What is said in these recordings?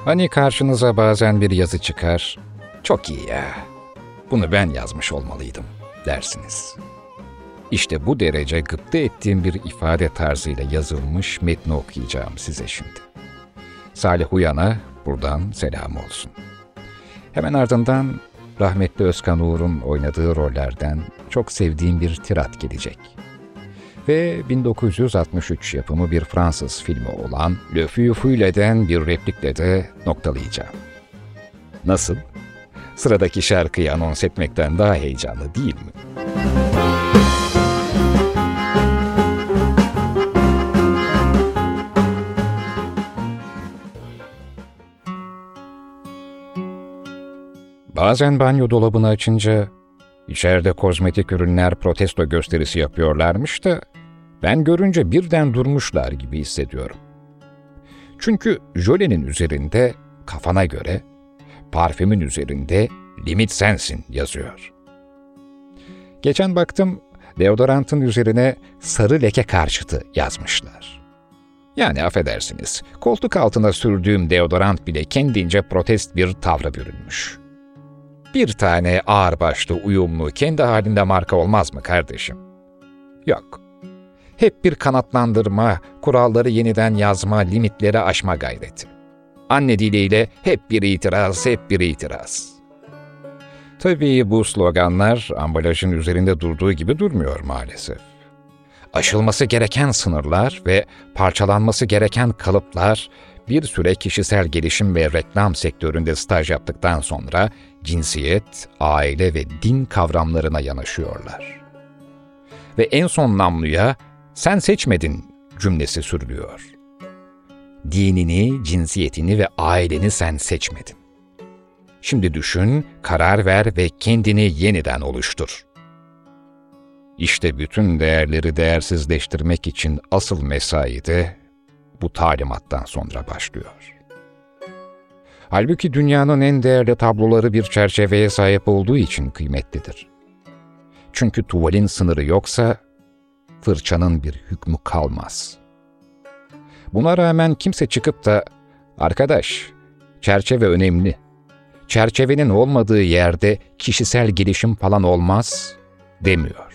Hani karşınıza bazen bir yazı çıkar, çok iyi ya, bunu ben yazmış olmalıydım dersiniz. İşte bu derece gıpta ettiğim bir ifade tarzıyla yazılmış metni okuyacağım size şimdi. Salih Uyan'a buradan selam olsun. Hemen ardından rahmetli Özkan Uğur'un oynadığı rollerden çok sevdiğim bir tirat gelecek. Ve 1963 yapımı bir Fransız filmi olan Le Feu Follet'den bir replikle de noktalayacağım. Nasıl? Sıradaki şarkıyı anons etmekten daha heyecanlı değil mi? Bazen banyo dolabını açınca içeride kozmetik ürünler protesto gösterisi yapıyorlarmış da ben görünce birden durmuşlar gibi hissediyorum. Çünkü jölenin üzerinde kafana göre, parfümün üzerinde limit sensin yazıyor. Geçen baktım deodorantın üzerine sarı leke karşıtı yazmışlar. Yani affedersiniz, koltuk altına sürdüğüm deodorant bile kendince protest bir tavra bürünmüş. Bir tane ağırbaşlı, uyumlu, kendi halinde marka olmaz mı kardeşim? Yok. Hep bir kanatlandırma, kuralları yeniden yazma, limitleri aşma gayreti. Anne diliyle hep bir itiraz, hep bir itiraz. Tabii bu sloganlar ambalajın üzerinde durduğu gibi durmuyor maalesef. Aşılması gereken sınırlar ve parçalanması gereken kalıplar bir süre kişisel gelişim ve reklam sektöründe staj yaptıktan sonra cinsiyet, aile ve din kavramlarına yanaşıyorlar. Ve en son namluya "sen seçmedin" cümlesi sürülüyor. Dinini, cinsiyetini ve aileni sen seçmedin. Şimdi düşün, karar ver ve kendini yeniden oluştur. İşte bütün değerleri değersizleştirmek için asıl mesai de bu talimattan sonra başlıyor. Halbuki dünyanın en değerli tabloları bir çerçeveye sahip olduğu için kıymetlidir. Çünkü tuvalin sınırı yoksa fırçanın bir hükmü kalmaz. Buna rağmen kimse çıkıp da "Arkadaş, çerçeve önemli. Çerçevenin olmadığı yerde kişisel gelişim falan olmaz" demiyor.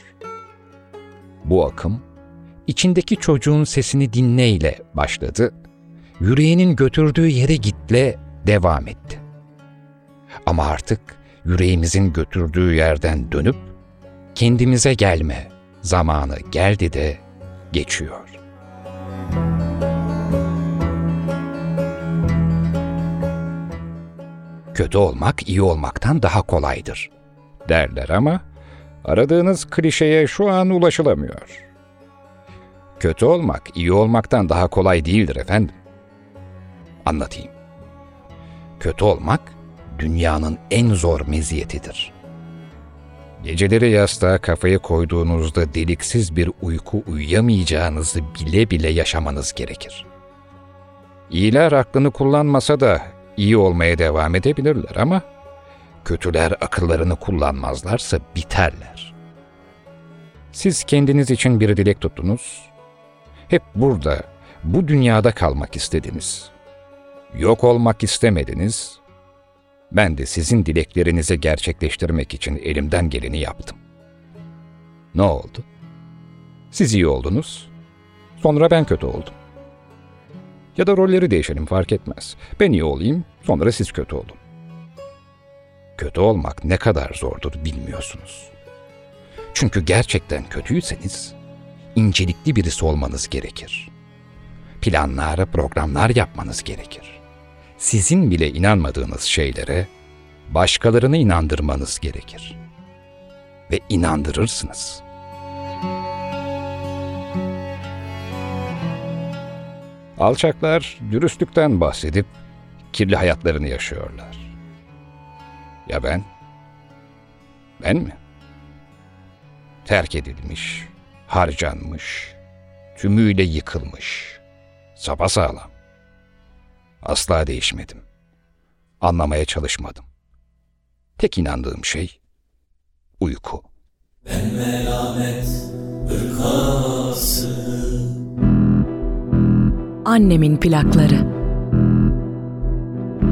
Bu akım, içindeki çocuğun sesini dinleyle başladı, yüreğinin götürdüğü yere gitle devam etti. Ama artık yüreğimizin götürdüğü yerden dönüp kendimize gelme zamanı geldi de geçiyor. Kötü olmak iyi olmaktan daha kolaydır derler ama aradığınız klişeye şu an ulaşılamıyor. Kötü olmak iyi olmaktan daha kolay değildir efendim. Anlatayım. Kötü olmak dünyanın en zor meziyetidir. Geceleri yastığa kafayı koyduğunuzda deliksiz bir uyku uyuyamayacağınızı bile bile yaşamanız gerekir. İyiler aklını kullanmasa da iyi olmaya devam edebilirler ama kötüler akıllarını kullanmazlarsa biterler. Siz kendiniz için bir dilek tuttunuz, hep burada, bu dünyada kalmak istediniz. Yok olmak istemediniz, ben de sizin dileklerinizi gerçekleştirmek için elimden geleni yaptım. Ne oldu? Siz iyi oldunuz, sonra ben kötü oldum. Ya da rolleri değişelim fark etmez. Ben iyi olayım, sonra siz kötü olun. Kötü olmak ne kadar zordur bilmiyorsunuz. Çünkü gerçekten kötüyseniz, incelikli birisi olmanız gerekir. Planlar, programlar yapmanız gerekir. Sizin bile inanmadığınız şeylere başkalarını inandırmanız gerekir. Ve inandırırsınız. Alçaklar dürüstlükten bahsedip kirli hayatlarını yaşıyorlar. Ya ben? Ben mi? Terk edilmiş, harcanmış, tümüyle yıkılmış, sapasağlam. Asla değişmedim. Anlamaya çalışmadım. Tek inandığım şey uyku. Ben melamet ırkası. Annemin plakları.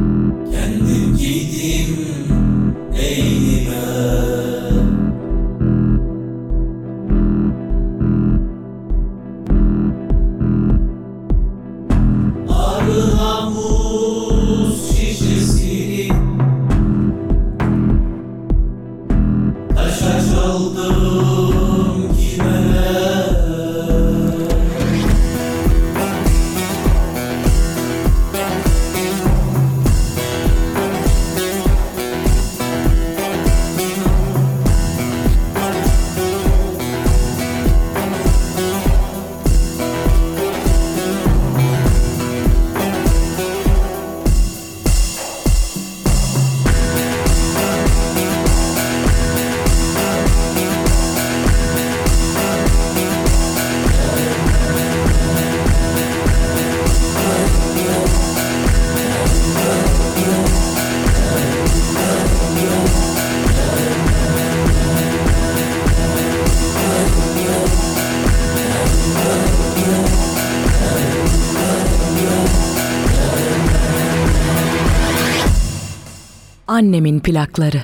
Annemin plakları.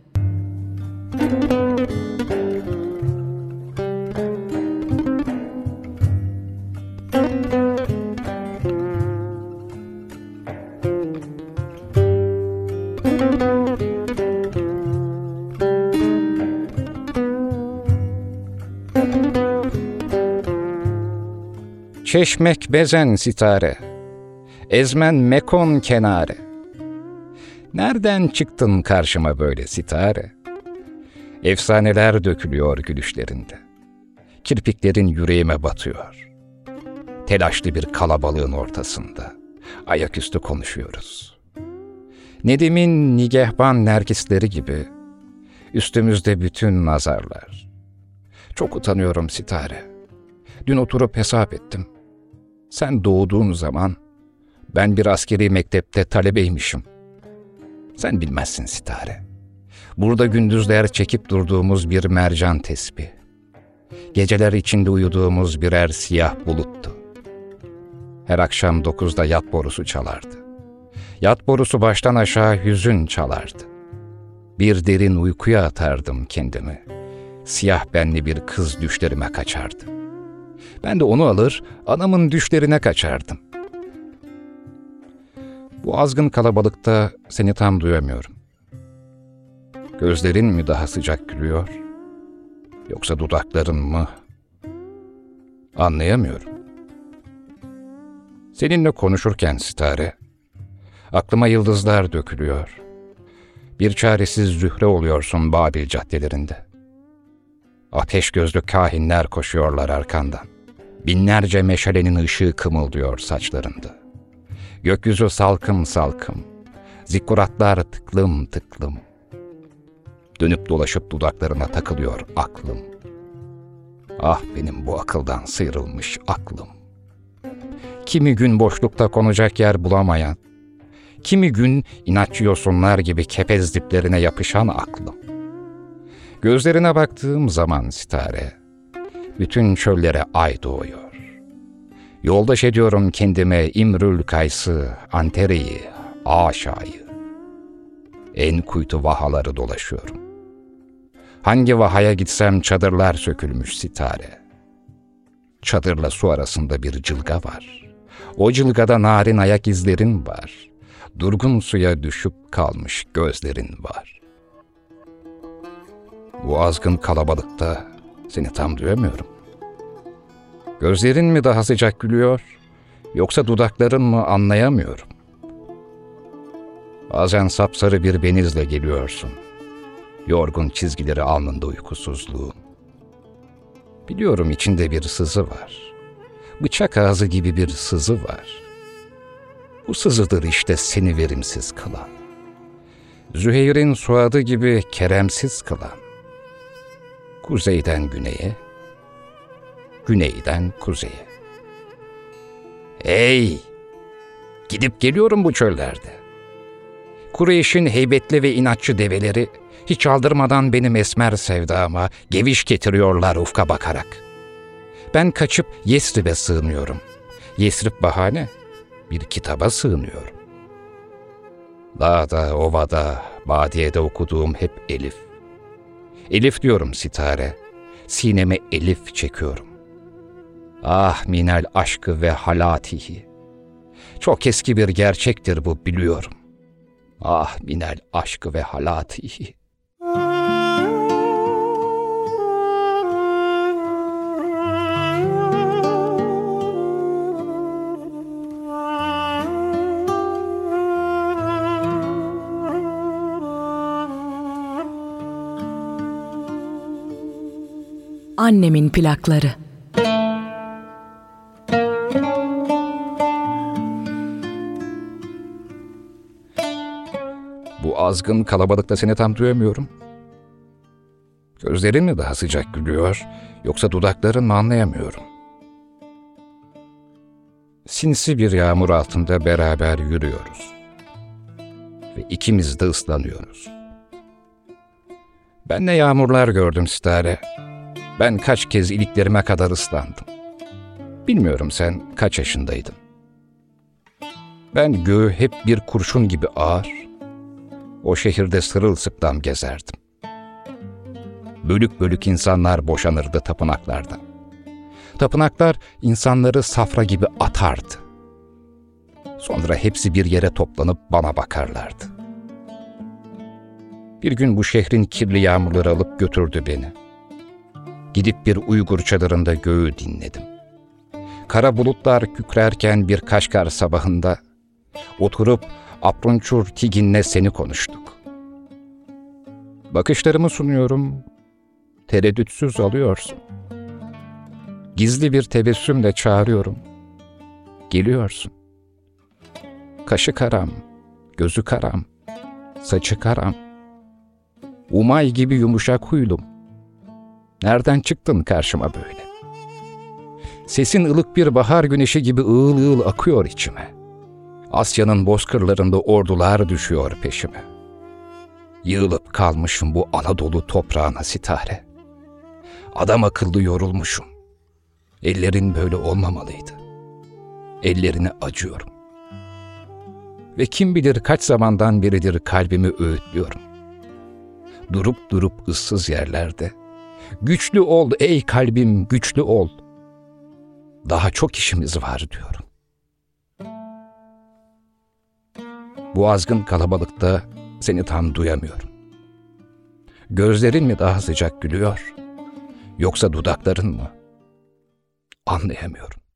Çeşmek bezen sitare, ezmen mekon kenare. Nereden çıktın karşıma böyle sitare? Efsaneler dökülüyor gülüşlerinde. Kirpiklerin yüreğime batıyor. Telaşlı bir kalabalığın ortasında ayaküstü konuşuyoruz. Nedim'in nigehban nergisleri gibi üstümüzde bütün nazarlar. Çok utanıyorum sitare. Dün oturup hesap ettim. Sen doğduğun zaman ben bir askeri mektepte talebeymişim. Sen bilmezsin sitare. Burada gündüzler çekip durduğumuz bir mercan tesbih. Geceler içinde uyuduğumuz birer siyah buluttu. Her akşam 9'da yat borusu çalardı. Yat borusu baştan aşağı hüzün çalardı. Bir derin uykuya atardım kendimi. Siyah benli bir kız düşlerime kaçardı. Ben de onu alır, anamın düşlerine kaçardım. Bu azgın kalabalıkta seni tam duyamıyorum. Gözlerin mi daha sıcak gülüyor, yoksa dudakların mı? Anlayamıyorum. Seninle konuşurken sitare, aklıma yıldızlar dökülüyor. Bir çaresiz zühre oluyorsun Babil caddelerinde. Ateş gözlü kahinler koşuyorlar arkandan. Binlerce meşalenin ışığı kımıldıyor saçlarında. Gökyüzü salkım salkım, zikkuratlar tıklım tıklım. Dönüp dolaşıp dudaklarına takılıyor aklım. Ah benim bu akıldan sıyrılmış aklım. Kimi gün boşlukta konacak yer bulamayan, kimi gün inatçı yosunlar gibi kepez diplerine yapışan aklım. Gözlerine baktığım zaman sitare, bütün çöllere ay doğuyor. Yoldaş ediyorum kendime İmrül Kays'ı, Anteri'yi, Aşa'yı. En kuytu vahaları dolaşıyorum. Hangi vahaya gitsem çadırlar sökülmüş sitare. Çadırla su arasında bir cılga var. O cılgada narin ayak izlerin var. Durgun suya düşüp kalmış gözlerin var. Bu azgın kalabalıkta seni tam duyamıyorum. Gözlerin mi daha sıcak gülüyor, yoksa dudakların mı anlayamıyorum. Bazen sapsarı bir benizle geliyorsun. Yorgun çizgileri alnında uykusuzluğun. Biliyorum içinde bir sızı var. Bıçak ağzı gibi bir sızı var. Bu sızıdır işte seni verimsiz kılan. Züheyr'in Suad'ı gibi keremsiz kılan. Kuzeyden güneye, güneyden kuzeye. Hey! Gidip geliyorum bu çöllerde. Kureyş'in heybetli ve inatçı develeri hiç aldırmadan benim esmer sevdama geviş getiriyorlar ufka bakarak. Ben kaçıp Yesrib'e sığınıyorum. Yesrib bahane, bir kitaba sığınıyorum. Dağda, ovada, badiyede okuduğum hep elif. Elif diyorum sitare, sineme elif çekiyorum. Ah minel aşkı ve halatihi. Çok eski bir gerçektir bu biliyorum. Ah minel aşkı ve halatihi. Annemin plakları. Bu azgın kalabalıkta seni tam duyamıyorum. Gözlerin mi daha sıcak gülüyor, yoksa dudakların mı anlayamıyorum. Sinsi bir yağmur altında beraber yürüyoruz. Ve ikimiz de ıslanıyoruz. Ben ne yağmurlar gördüm sitare. Ben kaç kez iliklerime kadar ıslandım. Bilmiyorum sen kaç yaşındaydın. Ben göğü hep bir kurşun gibi ağır, o şehirde sırılsıklam gezerdim. Bölük bölük insanlar boşanırdı tapınaklardan. Tapınaklar insanları safra gibi atardı. Sonra hepsi bir yere toplanıp bana bakarlardı. Bir gün bu şehrin kirli yağmurları alıp götürdü beni. Gidip bir Uygur çadırında göğü dinledim. Kara bulutlar kükrerken bir Kaşgar sabahında oturup Aprunçur Tigin'le seni konuştuk. Bakışlarımı sunuyorum, tereddütsüz alıyorsun. Gizli bir tebessümle çağırıyorum, geliyorsun. Kaşı karam, gözü karam, saçı karam. Umay gibi yumuşak huylum. Nereden çıktın karşıma böyle? Sesin ılık bir bahar güneşi gibi ığıl ığıl akıyor içime. Asya'nın bozkırlarında ordular düşüyor peşime. Yığılıp kalmışım bu Anadolu toprağına sitare. Adam akıllı yorulmuşum. Ellerin böyle olmamalıydı. Ellerine acıyorum. Ve kim bilir kaç zamandan beridir kalbimi öğütlüyorum. Durup durup ıssız yerlerde, güçlü ol ey kalbim, güçlü ol. Daha çok işimiz var diyorum. Bu azgın kalabalıkta seni tam duyamıyorum. Gözlerin mi daha sıcak gülüyor, yoksa dudakların mı? Anlayamıyorum.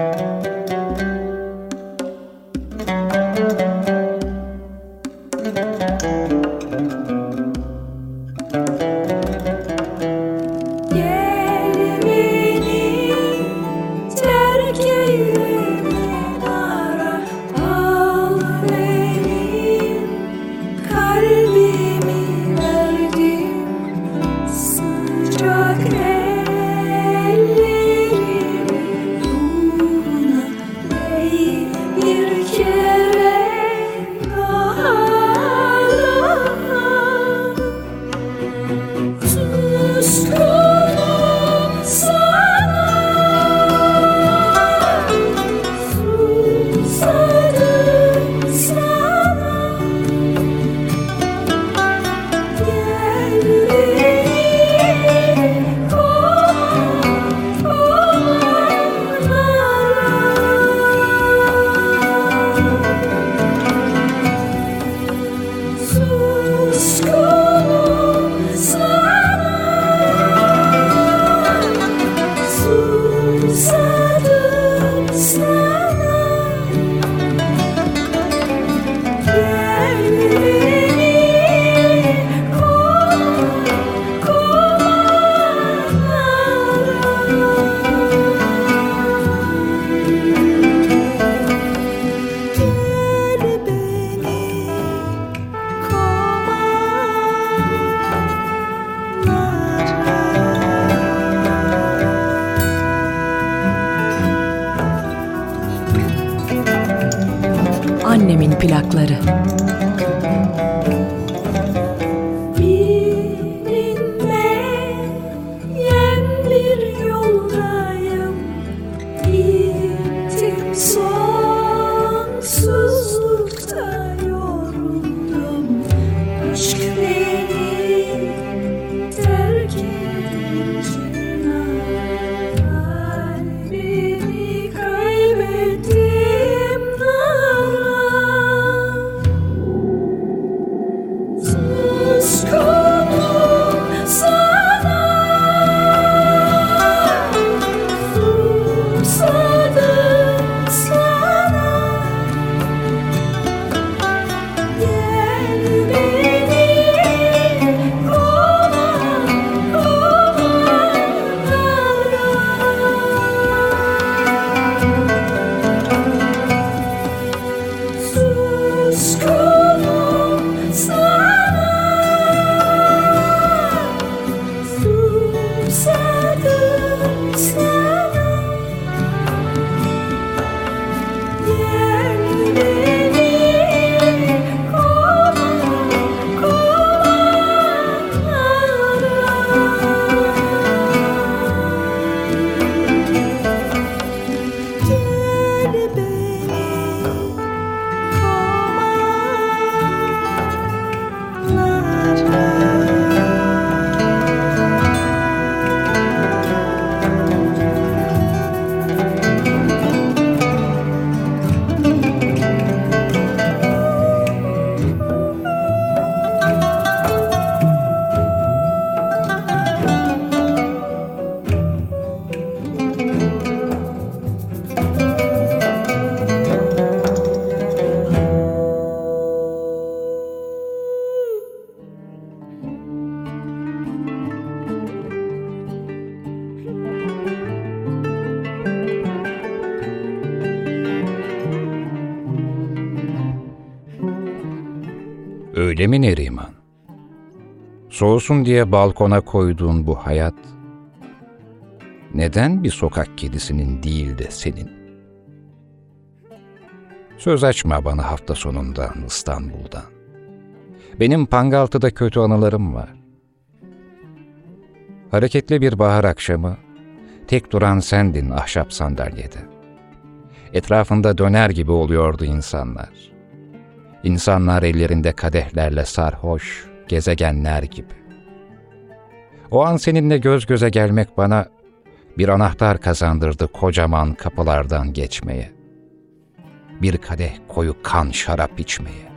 Annemin plakları. Öyle mi Neriman? Soğusun diye balkona koyduğun bu hayat, neden bir sokak kedisinin değil de senin? Söz açma bana hafta sonundan, İstanbul'dan. Benim Pangaltı'da kötü anılarım var. Hareketli bir bahar akşamı, tek duran sendin ahşap sandalyede. Etrafında döner gibi oluyordu insanlar. İnsanlar ellerinde kadehlerle sarhoş, gezegenler gibi. O an seninle göz göze gelmek bana bir anahtar kazandırdı kocaman kapılardan geçmeye. Bir kadeh koyu kan şarap içmeye.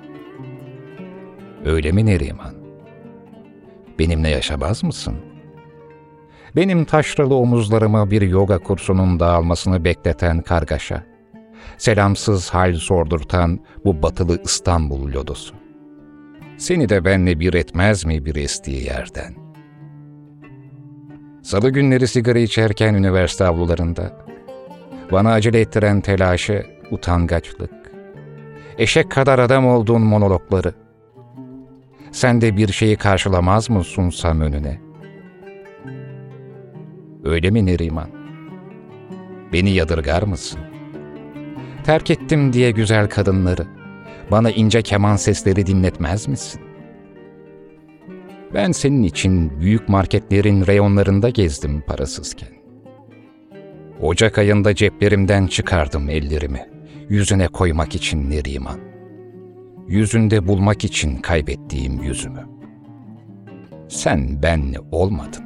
Öyle mi Neriman? Benimle yaşamaz mısın? Benim taşralı omuzlarıma bir yoga kursunun dağılmasını bekleten kargaşa, selamsız hal sordurtan bu batılı İstanbul lodosu. Seni de benle bir etmez mi bir estiği yerden? Salı günleri sigara içerken üniversite avlularında, bana acele ettiren telaşı, utangaçlık, eşek kadar adam olduğun monologları, sen de bir şeyi karşılamaz mı sunsam önüne? Öyle mi Neriman? Beni yadırgar mısın? Terk ettim diye güzel kadınları, bana ince keman sesleri dinletmez misin? Ben senin için büyük marketlerin reyonlarında gezdim parasızken. Ocak ayında ceplerimden çıkardım ellerimi, yüzüne koymak için Neriman. Yüzünde bulmak için kaybettiğim yüzümü. Sen benle olmadın.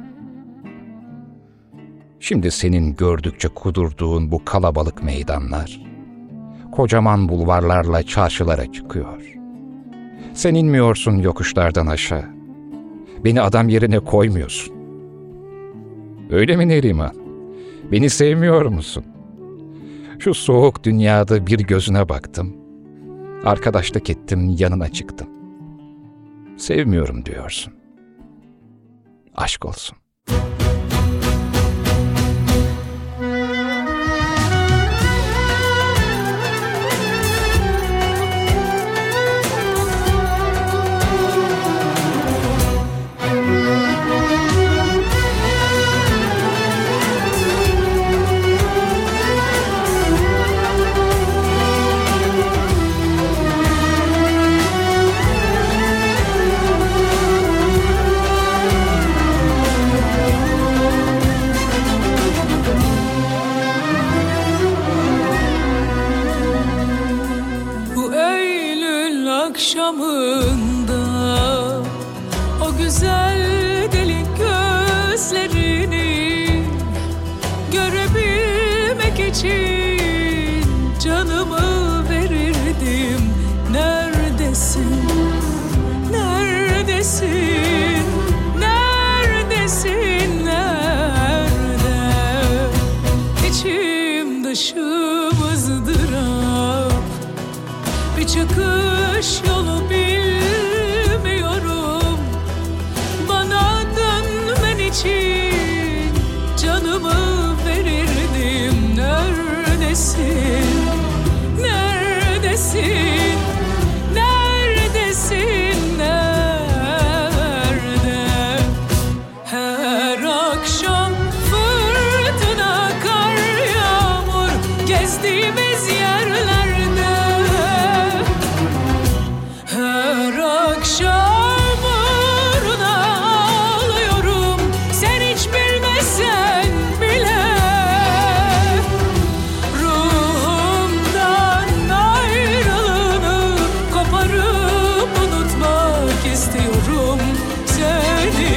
Şimdi senin gördükçe kudurduğun bu kalabalık meydanlar, kocaman bulvarlarla çarşılara çıkıyor. Sen inmiyorsun yokuşlardan aşağı. Beni adam yerine koymuyorsun. Öyle mi Neriman? Beni sevmiyor musun? Şu soğuk dünyada bir gözüne baktım. Arkadaşlık ettim, yanına çıktım. Sevmiyorum diyorsun. Aşk olsun. Akşamında o güzel deli gözlerini görebilmek için canımı verirdim. Neredesin? Neredesin? Neredesin? Nerede? İçim dışım ızdırap, bir çıkış yolu bilmiyorum. Bana dönmen için canımı verirdim. Neredesin? Neredesin? Neredesin? Nerede? Her akşam fırtına, kar, yağmur gezdiğimiz yerlerde, her akşam uğruna ağlıyorum, sen hiç bilmesen bile. Ruhumdan ayrılığını koparıp unutmak istiyorum seni.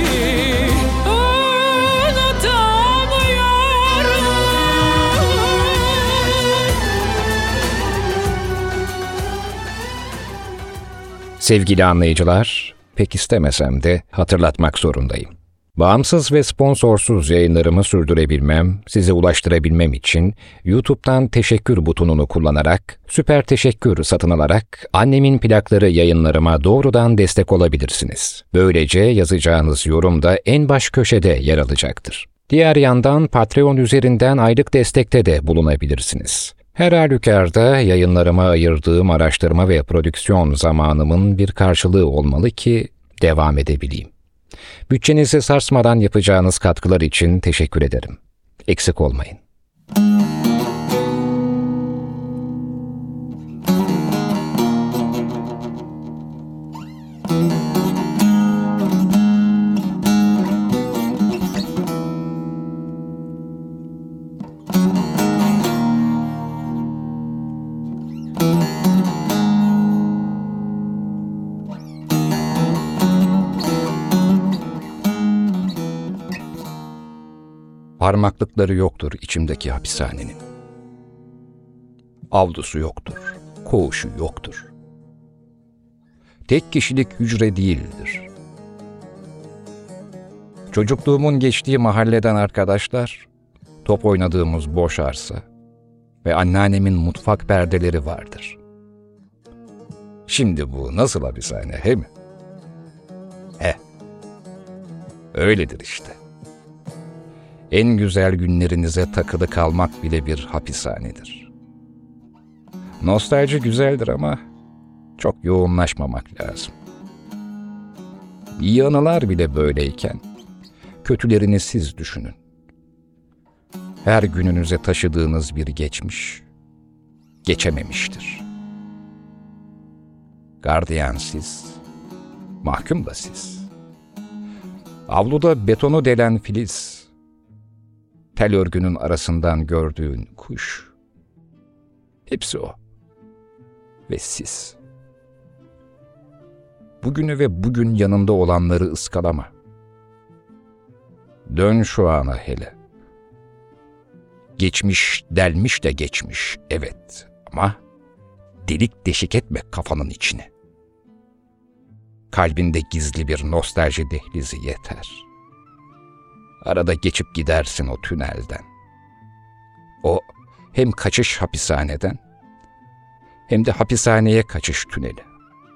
Sevgili anlayıcılar, pek istemesem de hatırlatmak zorundayım. Bağımsız ve sponsorsuz yayınlarımı sürdürebilmem, size ulaştırabilmem için YouTube'dan teşekkür butonunu kullanarak, süper teşekkür satın alarak Annemin Plakları yayınlarıma doğrudan destek olabilirsiniz. Böylece yazacağınız yorum da en baş köşede yer alacaktır. Diğer yandan Patreon üzerinden aylık destekte de bulunabilirsiniz. Her halükarda yayınlarıma ayırdığım araştırma ve prodüksiyon zamanımın bir karşılığı olmalı ki devam edebileyim. Bütçenizi sarsmadan yapacağınız katkılar için teşekkür ederim. Eksik olmayın. Parmaklıkları yoktur içimdeki hapishanenin. Avlusu yoktur, koğuşu yoktur. Tek kişilik hücre değildir. Çocukluğumun geçtiği mahalleden arkadaşlar, top oynadığımız boş arsa ve anneannemin mutfak perdeleri vardır. Şimdi bu nasıl hapishane, he mi? Öyledir işte. En güzel günlerinize takılı kalmak bile bir hapishanedir. Nostalji güzeldir ama çok yoğunlaşmamak lazım. İyi anılar bile böyleyken, kötülerini siz düşünün. Her gününüze taşıdığınız bir geçmiş, geçememiştir. Gardiyan siz, mahkum da siz. Avluda betonu delen filiz, tel örgünün arasından gördüğün kuş, hepsi o. Ve siz. Bugünü ve bugün yanında olanları ıskalama. Dön şu ana hele. Geçmiş delmiş de geçmiş, evet, ama delik deşik etme kafanın içine. Kalbinde gizli bir nostalji dehlizi yeter. Arada geçip gidersin o tünelden. O hem kaçış hapishaneden, hem de hapishaneye kaçış tüneli.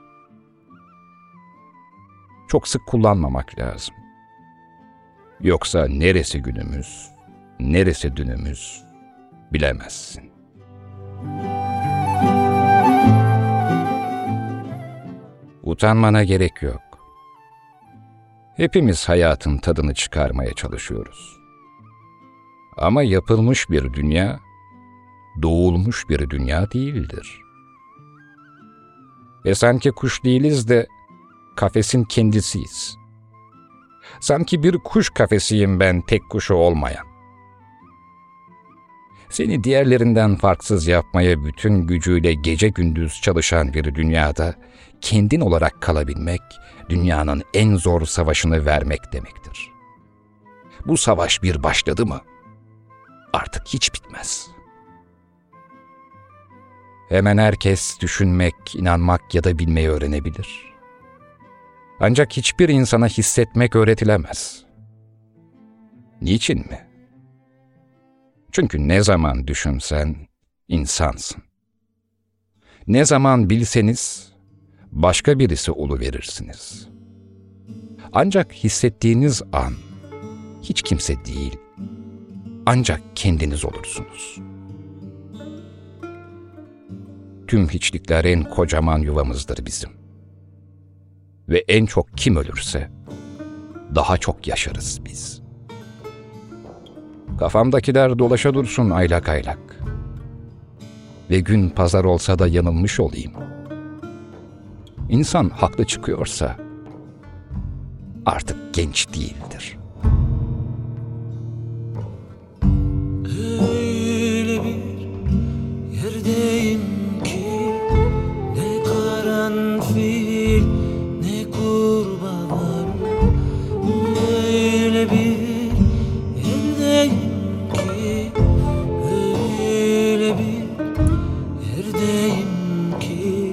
Çok sık kullanmamak lazım. Yoksa neresi günümüz, neresi dünümüz bilemezsin. Utanmana gerek yok. Hepimiz hayatın tadını çıkarmaya çalışıyoruz. Ama yapılmış bir dünya, doğulmuş bir dünya değildir. Ve sanki kuş değiliz de kafesin kendisiyiz. Sanki bir kuş kafesiyim ben, tek kuşu olmayan. Seni diğerlerinden farksız yapmaya bütün gücüyle gece gündüz çalışan bir dünyada kendin olarak kalabilmek, dünyanın en zor savaşını vermek demektir. Bu savaş bir başladı mı, artık hiç bitmez. Hemen herkes düşünmek, inanmak ya da bilmeyi öğrenebilir. Ancak hiçbir insana hissetmek öğretilemez. Niçin mi? Çünkü ne zaman düşünsen insansın. Ne zaman bilseniz başka birisi oluverirsiniz. Ancak hissettiğiniz an hiç kimse değil, ancak kendiniz olursunuz. Tüm hiçlikler en kocaman yuvamızdır bizim. Ve en çok kim ölürse daha çok yaşarız biz. Kafamdakiler dolaşa dursun aylak aylak. Ve gün pazar olsa da yanılmış olayım. İnsan haklı çıkıyorsa artık genç değildir. Öyle bir yerdeyim ki ne karanfil ne kurbağa var. Öyle bir yerdeyim ki, öyle bir yerdeyim ki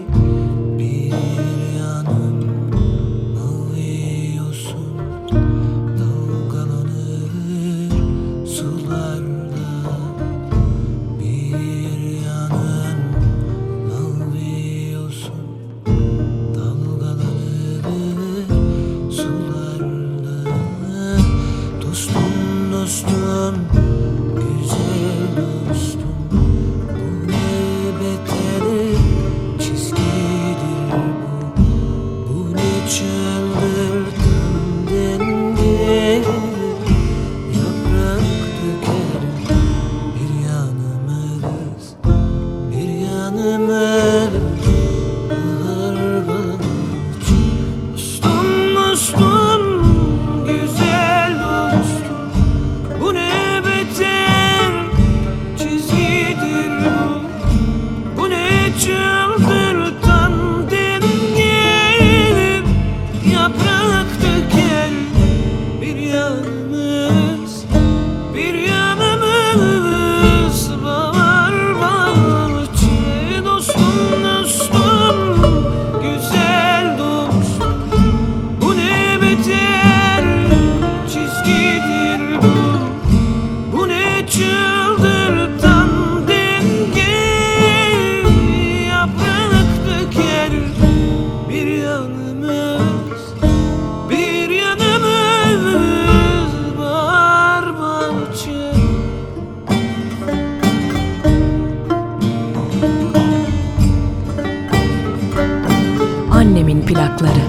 bir yanım mavi yosun, dal plakları.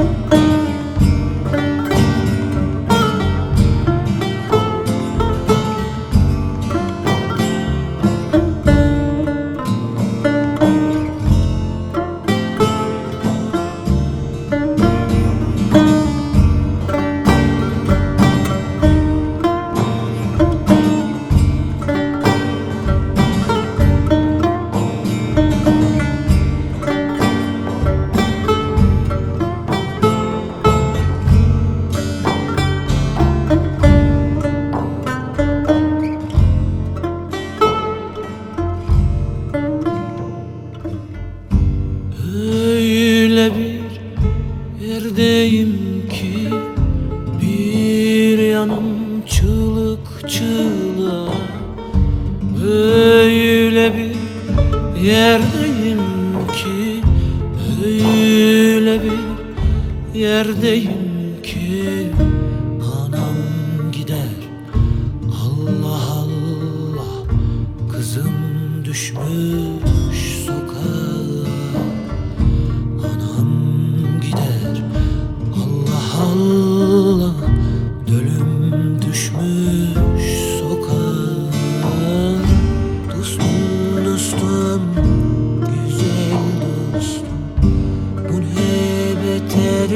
Öyle bir yerdeyim ki bir yanım çığlık çığlığa. Öyle bir yerdeyim ki, öyle bir yerdeyim ki anam gider, Allah Allah, kızım düşmüş sokağa. Anam gider, Allah Allah, dölüm düşmüş sokağa. Dostum dostum, güzel dostum, bu ne beter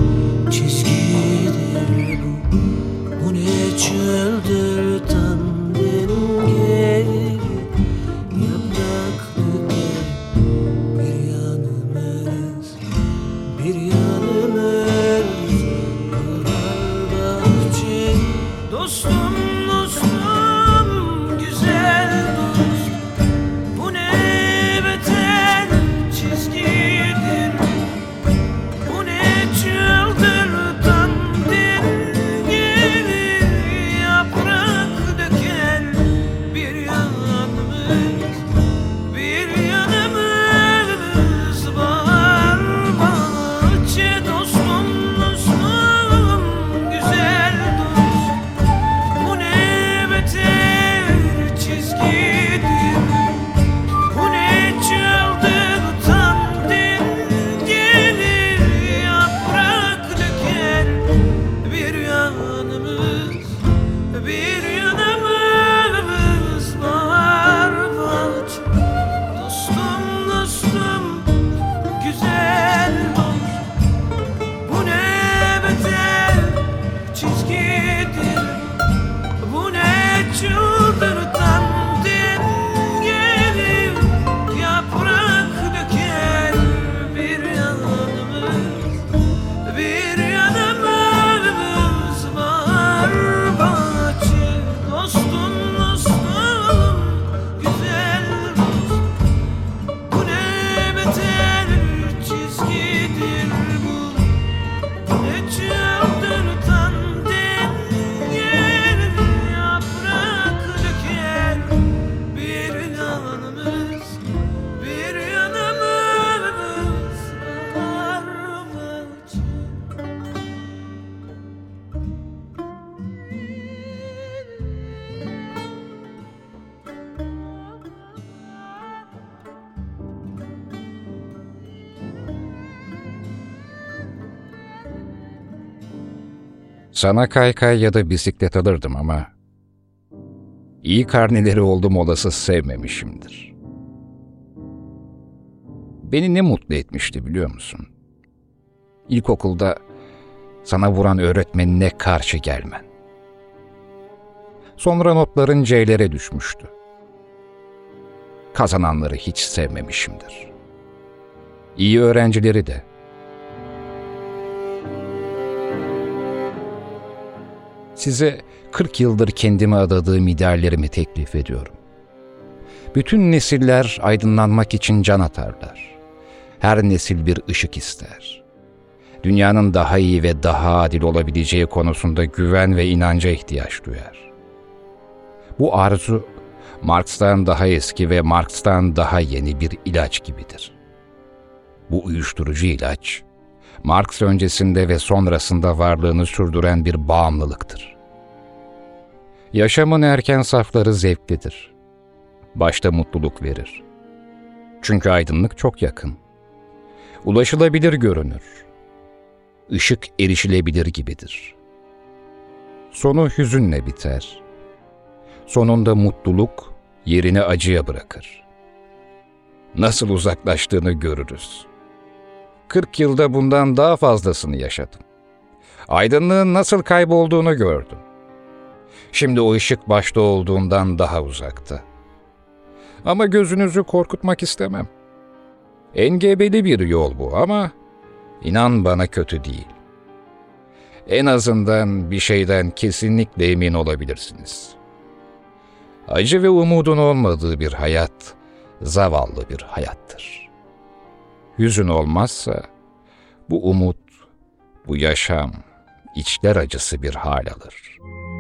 çizgidir bu. Bu ne çıldırtan denge, yaprak döker bir yanımız, bir yanımız var bahçe. Dostum dostum, güzel dost, bu ne beter çizgidir, bu ne çıldırtan dengedir, yaprak döken bir yanımız, bir yanımız var bahçe. Dostum dostum, güzel dost, bu ne beter çizgidir, bu ne çıldırtan dengedir, yaprak döken bir yanımız, bir yanımız var bahçe. Dostum dostum, güzel dost, bu ne beter çizgidir, bu ne çıldırtan dengedir, yaprak döker bir yanımız, bir yanımız var bahçe. Dostum dostum, güzel dost, bu ne beter çizgidir, bu ne çıldırtan dengedir, yaprak döker bir yanımız, bir yanımız var bahçe. Sana kaykay ya da bisiklet alırdım ama iyi karneleri oldum olası sevmemişimdir. Beni ne mutlu etmişti biliyor musun? İlkokulda sana vuran öğretmenine karşı gelmen. Sonra notların C'lere düşmüştü. Kazananları hiç sevmemişimdir. İyi öğrencileri de. Size 40 yıldır kendime adadığım ideallerimi teklif ediyorum. Bütün nesiller aydınlanmak için can atarlar. Her nesil bir ışık ister. Dünyanın daha iyi ve daha adil olabileceği konusunda güven ve inanca ihtiyaç duyar. Bu arzu, Marx'tan daha eski ve Marx'tan daha yeni bir ilaç gibidir. Bu uyuşturucu ilaç, Marx öncesinde ve sonrasında varlığını sürdüren bir bağımlılıktır. Yaşamın erken safları zevklidir. Başta mutluluk verir. Çünkü aydınlık çok yakın. Ulaşılabilir görünür. ışık erişilebilir gibidir. Sonu hüzünle biter. Sonunda mutluluk yerini acıya bırakır. Nasıl uzaklaştığını görürüz. 40 yılda bundan daha fazlasını yaşadım. Aydınlığın nasıl kaybolduğunu gördüm. Şimdi o ışık başta olduğundan daha uzakta. Ama gözünüzü korkutmak istemem. Engebeli bir yol bu ama inan bana kötü değil. En azından bir şeyden kesinlikle emin olabilirsiniz. Acı ve umudun olmadığı bir hayat, zavallı bir hayattır. Hüzün olmazsa, bu umut, bu yaşam, içler acısı bir hal alır.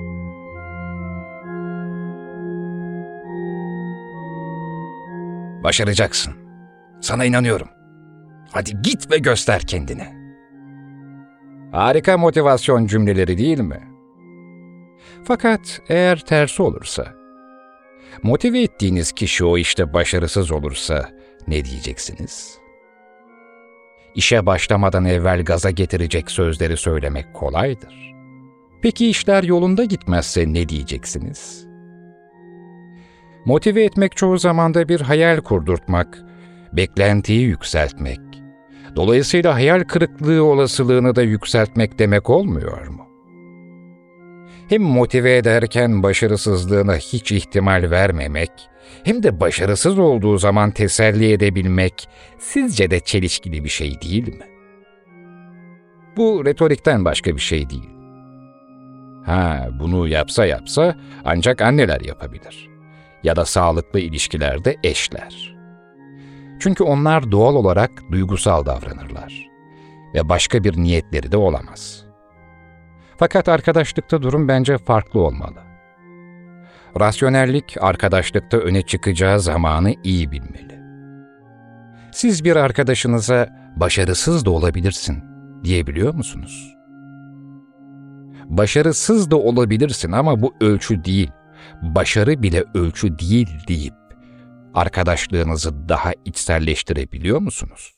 Başaracaksın. Sana inanıyorum. Hadi git ve göster kendini. Harika motivasyon cümleleri değil mi? Fakat eğer tersi olursa, motive ettiğiniz kişi o işte başarısız olursa ne diyeceksiniz? İşe başlamadan evvel gaza getirecek sözleri söylemek kolaydır. Peki işler yolunda gitmezse ne diyeceksiniz? Motive etmek çoğu zaman da bir hayal kurdurtmak, beklentiyi yükseltmek, dolayısıyla hayal kırıklığı olasılığını da yükseltmek demek olmuyor mu? Hem motive ederken başarısızlığına hiç ihtimal vermemek, hem de başarısız olduğu zaman teselli edebilmek sizce de çelişkili bir şey değil mi? Bu retorikten başka bir şey değil. Bunu yapsa ancak anneler yapabilir. Ya da sağlıklı ilişkilerde eşler. Çünkü onlar doğal olarak duygusal davranırlar. Ve başka bir niyetleri de olamaz. Fakat arkadaşlıkta durum bence farklı olmalı. Rasyonellik arkadaşlıkta öne çıkacağı zamanı iyi bilmeli. Siz bir arkadaşınıza başarısız da olabilirsin diyebiliyor musunuz? Başarısız da olabilirsin ama bu ölçü değil, başarı bile ölçü değil deyip arkadaşlığınızı daha içselleştirebiliyor musunuz?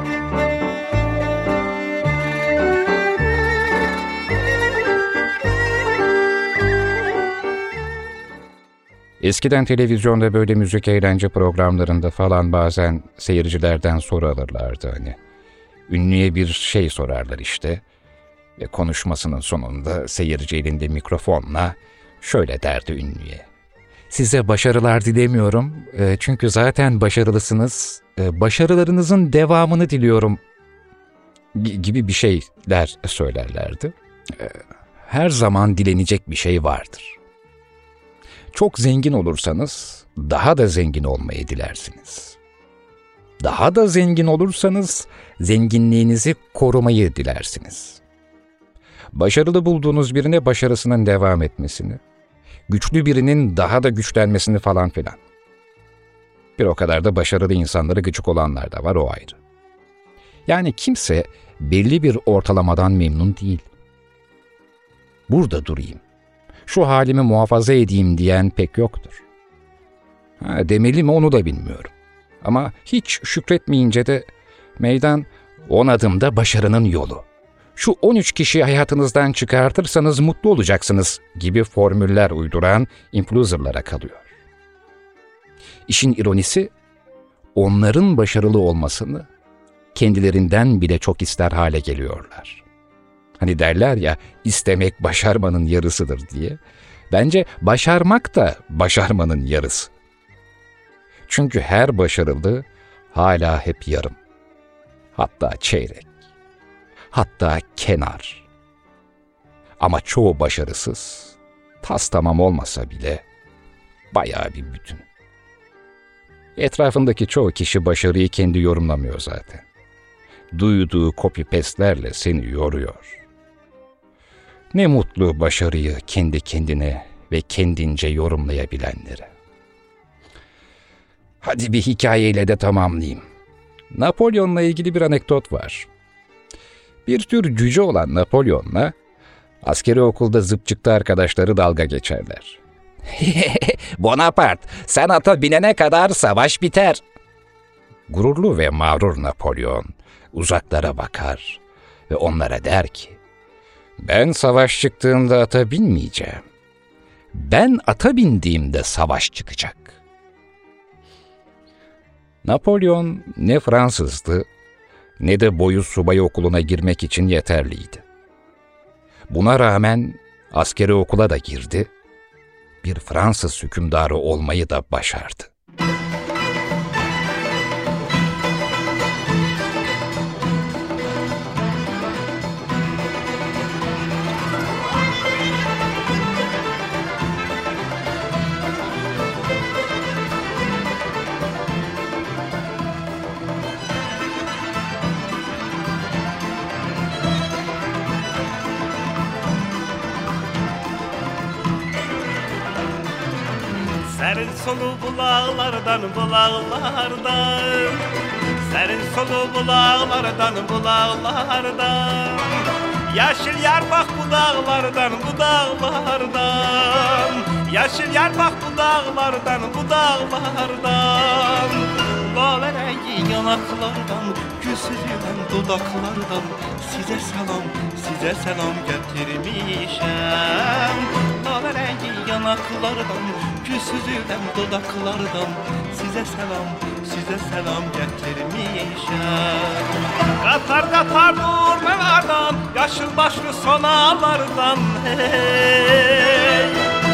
Eskiden televizyonda böyle müzik eğlence programlarında falan bazen seyircilerden soru alırlardı hani. Ünlüye bir şey sorarlar işte ve konuşmasının sonunda seyirci elinde mikrofonla şöyle derdi ünlüye. Size başarılar dilemiyorum çünkü zaten başarılısınız, başarılarınızın devamını diliyorum gibi bir şeyler söylerlerdi. Her zaman dilenecek bir şey vardır. Çok zengin olursanız daha da zengin olmayı dilersiniz. Daha da zengin olursanız zenginliğinizi korumayı dilersiniz. Başarılı bulduğunuz birine başarısının devam etmesini, güçlü birinin daha da güçlenmesini falan filan. Bir o kadar da başarılı insanları gıcık olanlar da var, o ayrı. Yani kimse belli bir ortalamadan memnun değil. Burada durayım, şu halimi muhafaza edeyim diyen pek yoktur. Demeli mi onu da bilmiyorum. Ama hiç şükretmeyince de meydan 10 adımda başarının yolu. Şu 13 kişiyi hayatınızdan çıkartırsanız mutlu olacaksınız gibi formüller uyduran influencerlara kalıyor. İşin ironisi, onların başarılı olmasını kendilerinden bile çok ister hale geliyorlar. Hani derler ya, istemek başarmanın yarısıdır diye. Bence başarmak da başarmanın yarısı. Çünkü her başarılı hala hep yarım. Hatta çeyrek. Hatta kenar. Ama çoğu başarısız, tas tamam olmasa bile bayağı bir bütün. Etrafındaki çoğu kişi başarıyı kendi yorumlamıyor zaten. Duyduğu copy-paste'lerle seni yoruyor. Ne mutlu başarıyı kendi kendine ve kendince yorumlayabilenlere. Hadi bir hikayeyle de tamamlayayım. Napolyon'la ilgili bir anekdot var. Bir tür cüce olan Napolyon'la askeri okulda zıpçıkta arkadaşları dalga geçerler. Bonaparte, sen ata binene kadar savaş biter. Gururlu ve mağrur Napolyon uzaklara bakar ve onlara der ki, ben savaş çıktığında ata binmeyeceğim. Ben ata bindiğimde savaş çıkacak. Napolyon ne Fransızdı ne de boyu subay okuluna girmek için yeterliydi. Buna rağmen askeri okula da girdi, bir Fransız hükümdarı olmayı da başardı. Serin solu bulağlardan, serin solu bulağlardan, yeşil yarpak bu dağlardan, yeşil yarpak bu dağlardan, lale rengi yanaklardan, gül süzülen dudaklardan, size selam getirmişem. Lale rengi yanaklardan, gül süzülen dudaklardan, size selam getirmişem. Katar katar durmalardan, yaşıl başlı sonalardan, hey.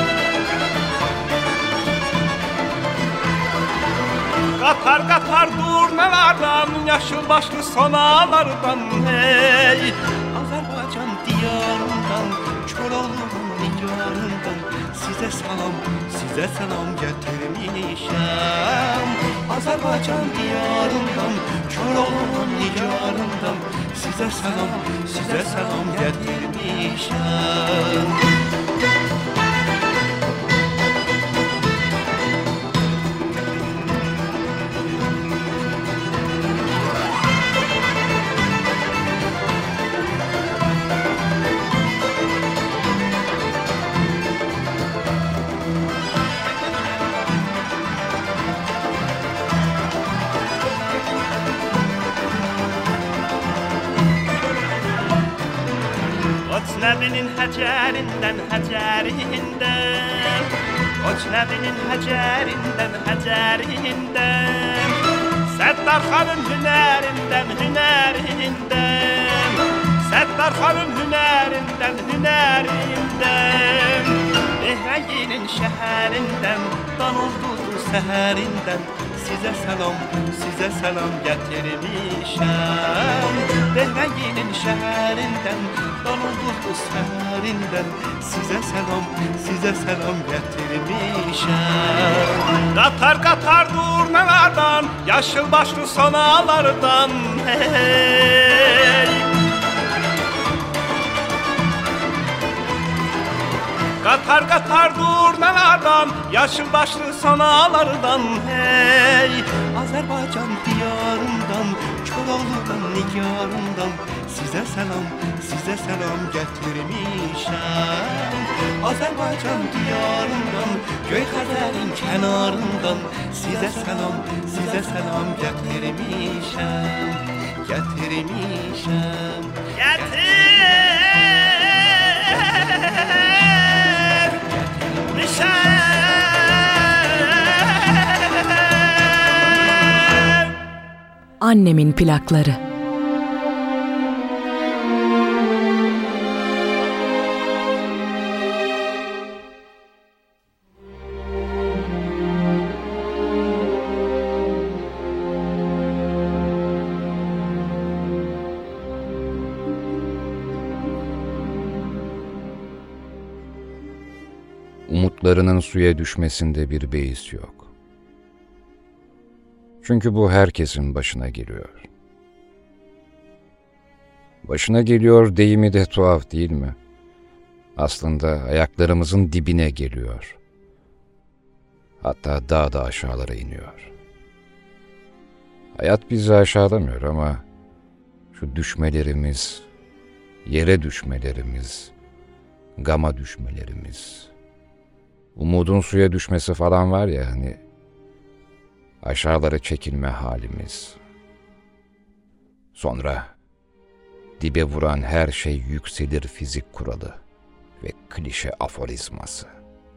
Katar katar durmalardan, yaşıl başlı sonalardan, hey. Azerbaycan diyarından, Çorlu'nun nigarından, size selam getirmişem. Azerbaycan diyarından, Çorlu'nun nigarından, size selam getirmişem. Nebinin həcərindən, Qoç Nəbinin həcərindən, Səttar xanın hünərindən, Səttar xanın hünərindən, Ehrənginin şəhərindən, Danulduzlu səhərindən, size selam getirmişem. Ehrənginin şəhərindən, Danulduzlu səhərindən, size selam getirmişem. Qatar qatar durnalardan, yaşıl başlı sonalardan, hey. Qatar qatar durnalardan, yaşıl başlı sonalardan, hey. Azerbaycan diyarından, Çorlu'nun nigarından, size selam getirmişem. Azerbaycan diyarından, Göyxəzərin kənarından, size selam getirmişem. Annemin plakları. Umutlarının suya düşmesinde bir beis yok. Çünkü bu herkesin başına geliyor. Başına geliyor deyimi de tuhaf değil mi? Aslında ayaklarımızın dibine geliyor. Hatta daha da aşağılara iniyor. Hayat bizi aşağılamıyor ama şu düşmelerimiz, yere düşmelerimiz, gama düşmelerimiz, umudun suya düşmesi falan var ya hani, aşağılara çekilme halimiz. Sonra dibe vuran her şey yükselir fizik kuralı ve klişe aforizması.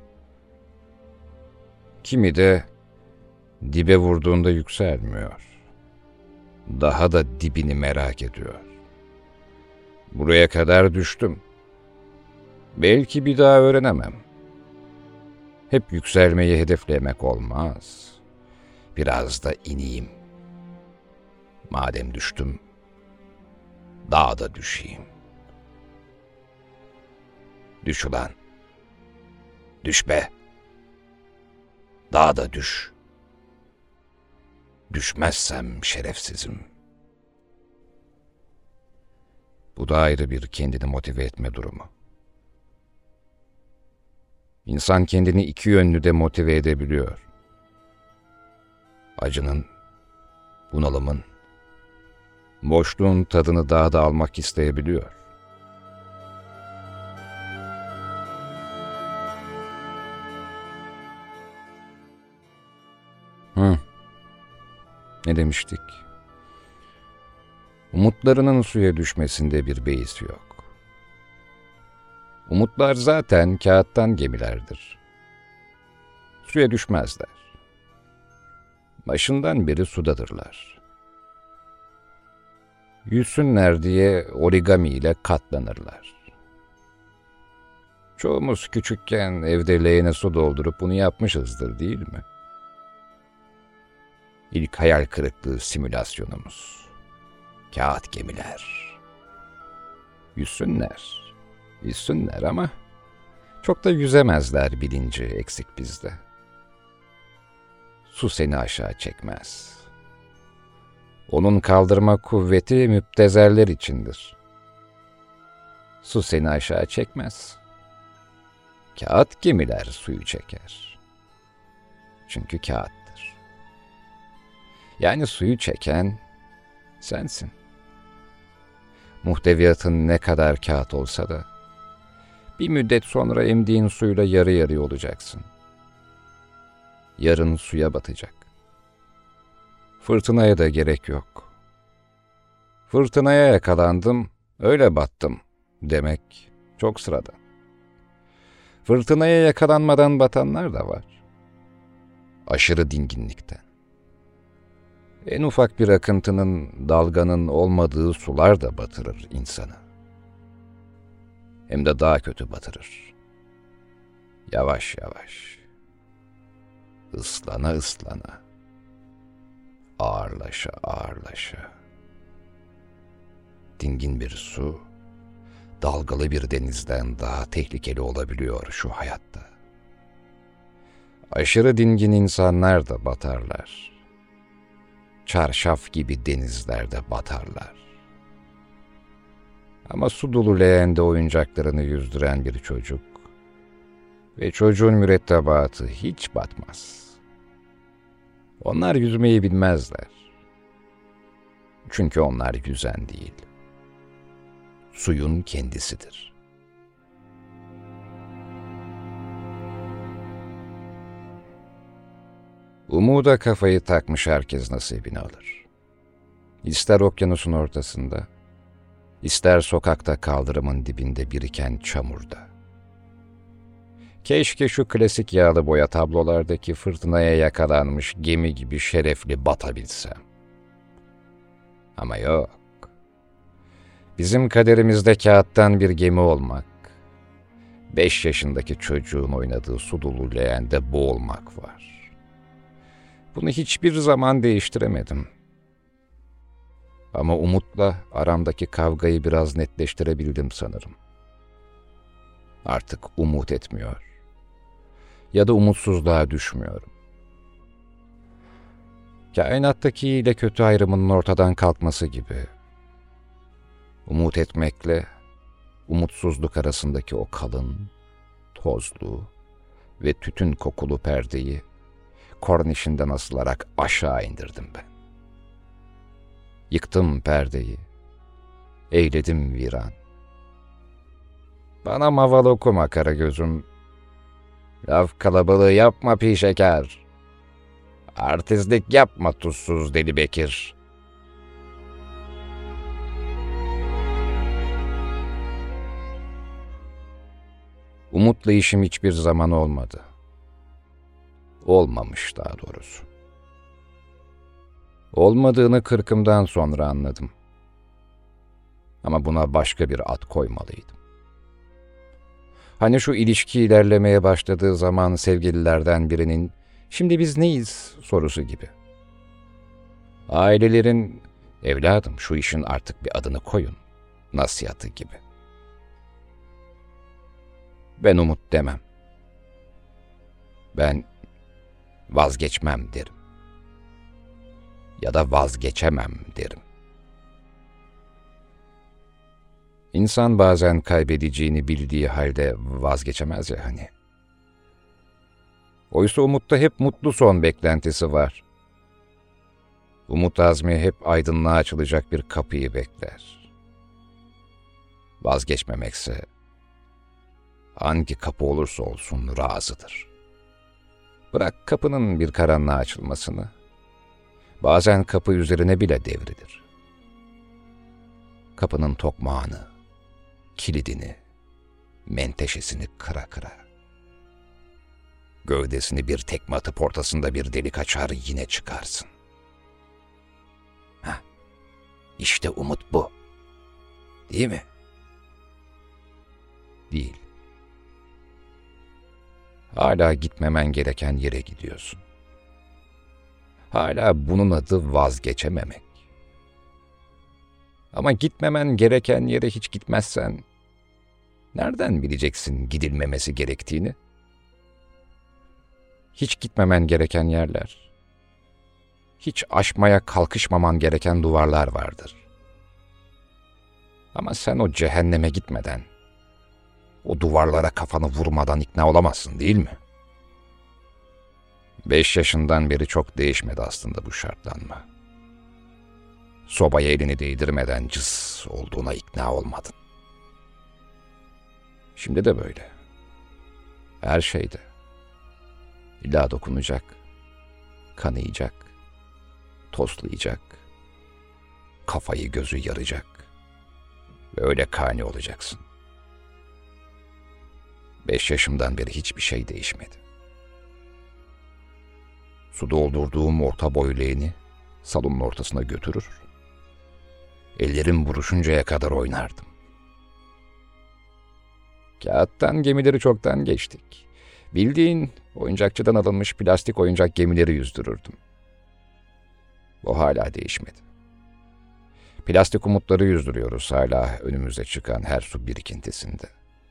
Kimi de dibe vurduğunda yükselmiyor. Daha da dibini merak ediyor. Buraya kadar düştüm. Belki bir daha öğrenemem. Hep yükselmeyi hedeflemek olmaz. Biraz da ineyim. Madem düştüm, daha da düşeyim. Düş ulan. Düş be. Daha da düş. Düşmezsem şerefsizim. Bu da ayrı bir kendini motive etme durumu. İnsan kendini iki yönlü de motive edebiliyor. Acının, bunalımın, boşluğun tadını daha da almak isteyebiliyor. Ne demiştik? Umutlarının suya düşmesinde bir beis yok. Umutlar zaten kağıttan gemilerdir. Suya düşmezler. Başından beri sudadırlar. Yüzsünler diye origami ile katlanırlar. Çoğumuz küçükken evde leğene su doldurup bunu yapmışızdır, değil mi? İlk hayal kırıklığı simülasyonumuz. Kağıt gemiler. Yüzsünler ama çok da yüzemezler bilinci eksik bizde. Su seni aşağı çekmez. Onun kaldırma kuvveti müptezeller içindir. Su seni aşağı çekmez. Kağıt gemiler suyu çeker. Çünkü kağıttır. Yani suyu çeken sensin. Muhteviyatın ne kadar kağıt olsa da bir müddet sonra emdiğin suyla yarı yarıya olacaksın. Yarın suya batacak. Fırtınaya da gerek yok. Fırtınaya yakalandım, öyle battım demek çok sıradan. Fırtınaya yakalanmadan batanlar da var. Aşırı dinginlikten. En ufak bir akıntının, dalganın olmadığı sular da batırır insanı. Hem de daha kötü batırır. Yavaş yavaş. Islana ıslana. Ağırlaşa ağırlaşa. Dingin bir su, dalgalı bir denizden daha tehlikeli olabiliyor şu hayatta. Aşırı dingin insanlar da batarlar. Çarşaf gibi denizlerde batarlar. Ama su dolu leğende oyuncaklarını yüzdüren bir çocuk ve çocuğun mürettebatı hiç batmaz. Onlar yüzmeyi bilmezler. Çünkü onlar yüzen değil. Suyun kendisidir. Umuda kafayı takmış herkes nasibini alır. İster okyanusun ortasında, ister sokakta kaldırımın dibinde biriken çamurda. Keşke şu klasik yağlı boya tablolardaki fırtınaya yakalanmış gemi gibi şerefli batabilsem. Ama yok. Bizim kaderimizde kağıttan bir gemi olmak, 5 yaşındaki çocuğun oynadığı su dolu leğende boğulmak var. Bunu hiçbir zaman değiştiremedim. Ama umutla aramdaki kavgayı biraz netleştirebildim sanırım. Artık umut etmiyor. Ya da umutsuzluğa düşmüyorum. Kainattaki iyi ile kötü ayrımının ortadan kalkması gibi. Umut etmekle umutsuzluk arasındaki o kalın, tozlu ve tütün kokulu perdeyi kornişinden asılarak aşağı indirdim ben. Yıktım perdeyi, eyledim viran. Bana maval okuma Karagöz'üm. Laf kalabalığı yapma pişeker. Artistlik yapma tuzsuz Deli Bekir. Umutla işim hiçbir zaman olmadı. Olmamış daha doğrusu. Olmadığını 40'ımdan sonra anladım. Ama buna başka bir ad koymalıydım. Hani şu ilişki ilerlemeye başladığı zaman sevgililerden birinin "Şimdi biz neyiz?" sorusu gibi. Ailelerin "Evladım şu işin artık bir adını koyun" nasihatı gibi. Ben umut demem. Ben vazgeçmem derim. Ya da vazgeçemem derim. İnsan bazen kaybedeceğini bildiği halde vazgeçemez ya hani. Oysa umutta hep mutlu son beklentisi var. Umut azmi hep aydınlığa açılacak bir kapıyı bekler. Vazgeçmemekse hangi kapı olursa olsun razıdır. Bırak kapının bir karanlığa açılmasını, bazen kapı üzerine bile devrilir. Kapının tokmağını, kilidini, menteşesini kıra kıra. Gövdesini bir tekme atıp ortasında bir delik açar, yine çıkarsın. İşte umut bu. Değil mi? Değil. Hala gitmemen gereken yere gidiyorsun. Hala bunun adı vazgeçememek. Ama gitmemen gereken yere hiç gitmezsen, nereden bileceksin gidilmemesi gerektiğini? Hiç gitmemen gereken yerler, hiç aşmaya kalkışmaman gereken duvarlar vardır. Ama sen o cehenneme gitmeden, o duvarlara kafanı vurmadan ikna olamazsın, değil mi? 5 yaşından beri çok değişmedi aslında bu şartlanma. Sobaya elini değdirmeden cız olduğuna ikna olmadın. Şimdi de böyle. Her şeyde. İlla dokunacak, kanayacak, toslayacak, kafayı gözü yaracak ve öyle kani olacaksın. 5 yaşımdan beri hiçbir şey değişmedi. Su doldurduğum orta boy leğeni salonun ortasına götürür, ellerim buruşuncaya kadar oynardım. Kağıttan gemileri çoktan geçtik. Bildiğin oyuncakçıdan alınmış plastik oyuncak gemileri yüzdürürdüm. Bu hala değişmedi. Plastik umutları yüzdürüyoruz hala önümüze çıkan her su birikintisinde.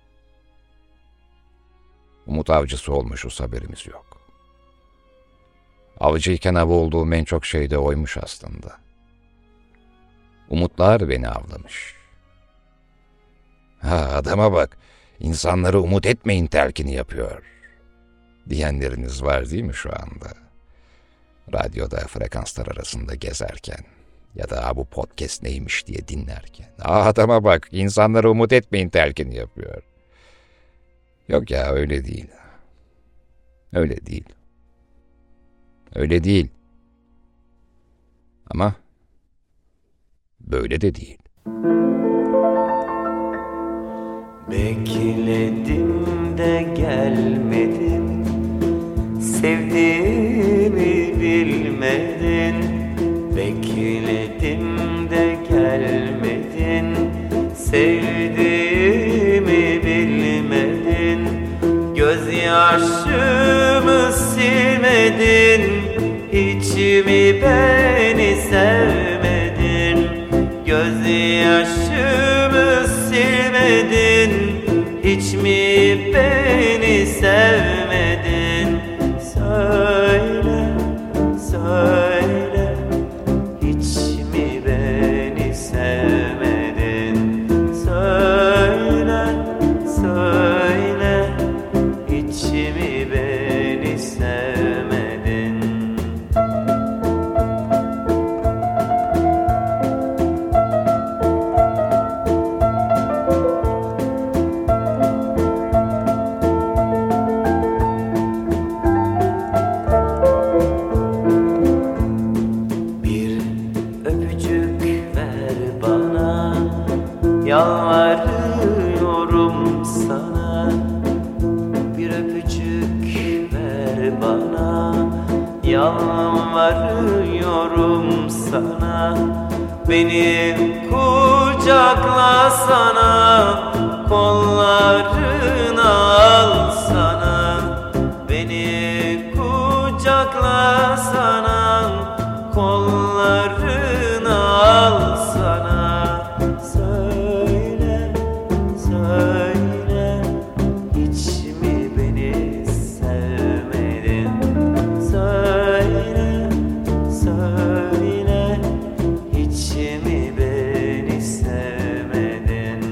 Umut avcısı olmuşuz, haberimiz yok. Avcıyken av olduğum en çok şey de oymuş aslında. Umutlar beni avlamış. Adama bak, insanları umut etmeyin telkini yapıyor diyenleriniz var değil mi şu anda? Radyoda frekanslar arasında gezerken ya da bu podcast neymiş diye dinlerken. Adama bak, insanları umut etmeyin telkini yapıyor. Yok ya, öyle değil. Öyle değil. Öyle değil. Ama böyle de değil. Bekledim de gelmedin, sevdiğimi bilmedin. Bekledim de gelmedin, sevdiğimi bilmedin. Gözyaşımı silmedin, hiç mi beni sevmedin? Gözyaşımı silmedin, hiç mi beni sevmedin? Söyle, söyle, hiç mi beni sevmedin? Söyle, söyle, hiç mi beni sevmedin? Bir öpücük ver bana, yalvarıyorum sana. yalvarıyorum sana, beni kucaklasana, kollarına alsana, beni kucaklasana, kollarına alsana. Söyle, söyle, hiç mi beni sevmedin? Söyle, söyle, hiç mi beni sevmedin?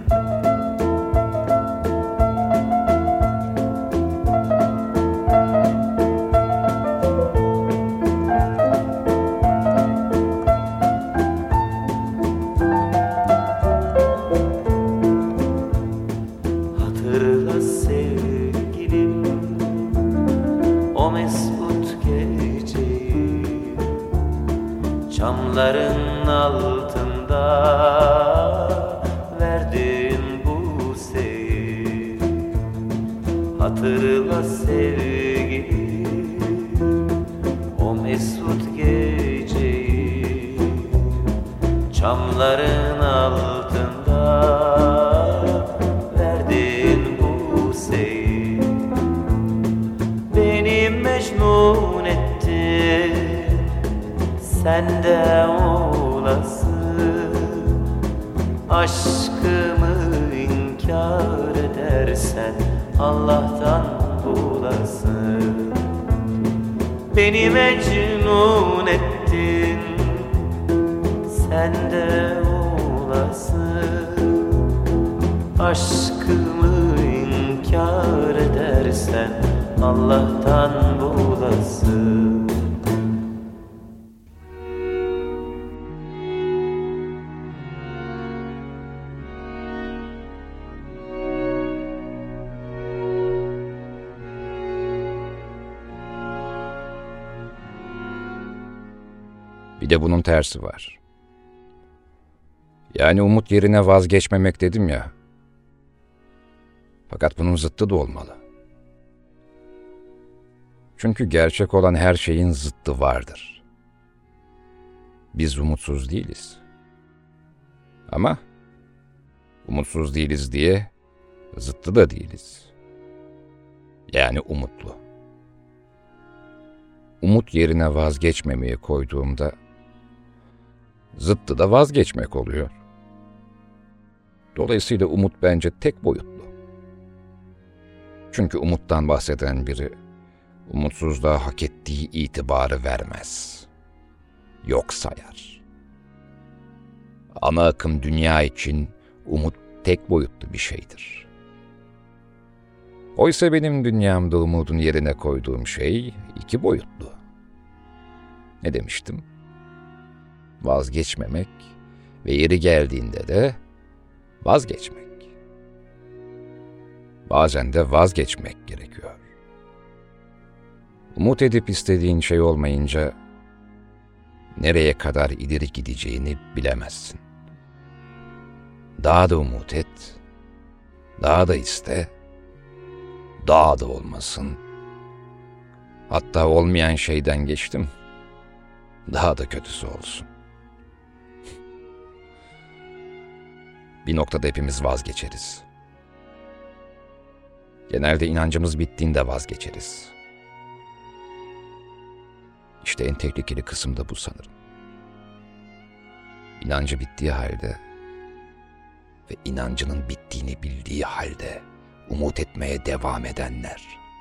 Hatırla sevgilim o mesut geceyi, çamların altında verdiğin buseyi. Hatırla sevgilim o mesut geceyi, çamların altında verdiğin buseyi. Beni mecnun ettin, sen de olasın. Aşkımı inkar edersen Allah'tan bulasın. Beni mecnun ettin, sen de olasın. Aşkımı inkar edersen Allah'tan bulasın. Bir de bunun tersi var. Yani umut yerine vazgeçmemek dedim ya. Fakat bunun zıttı da olmalı. Çünkü gerçek olan her şeyin zıttı vardır. Biz umutsuz değiliz. Ama umutsuz değiliz diye zıttı da değiliz. Yani umutlu. Umut yerine vazgeçmemeye koyduğumda zıttı da vazgeçmek oluyor. Dolayısıyla umut bence tek boyutlu. Çünkü umuttan bahseden biri umutsuzluğa hak ettiği itibarı vermez. Yok sayar. Ana akım dünya için umut tek boyutlu bir şeydir. Oysa benim dünyamda umudun yerine koyduğum şey iki boyutlu. Ne demiştim? Vazgeçmemek ve yeri geldiğinde de vazgeçmek. Bazen de vazgeçmek gerekiyor. Umut edip istediğin şey olmayınca nereye kadar ileri gideceğini bilemezsin. Daha da umut et, daha da iste, daha da olmasın. Hatta olmayan şeyden geçtim, daha da kötüsü olsun. Bir noktada hepimiz vazgeçeriz. Genelde inancımız bittiğinde vazgeçeriz. İşte en tehlikeli kısım da bu sanırım. İnancı bittiği halde ve inancının bittiğini bildiği halde umut etmeye devam edenler.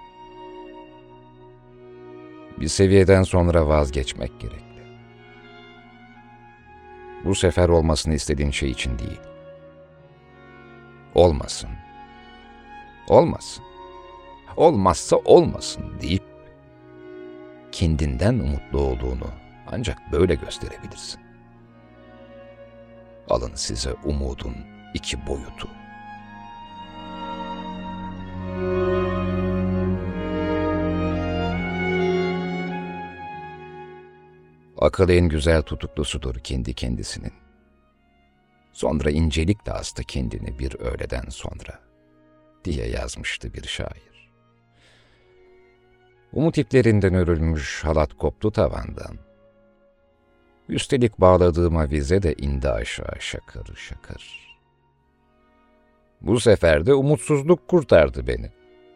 Bir seviyeden sonra vazgeçmek gerekli. Bu sefer olmasını istediğin şey için değil. Olmasın, olmasın, olmazsa olmasın deyip kendinden umutlu olduğunu ancak böyle gösterebilirsin. Alın size umudun iki boyutu. Akıl en güzel tutuklusudur kendi kendisinin. Sonra incelik de hasta kendini bir öğleden sonra diye yazmıştı bir şair. Umut iplerinden örülmüş halat koptu tavandan. Üstelik bağladığım avize de indi aşağı şakır şakır. Bu sefer de umutsuzluk kurtardı beni.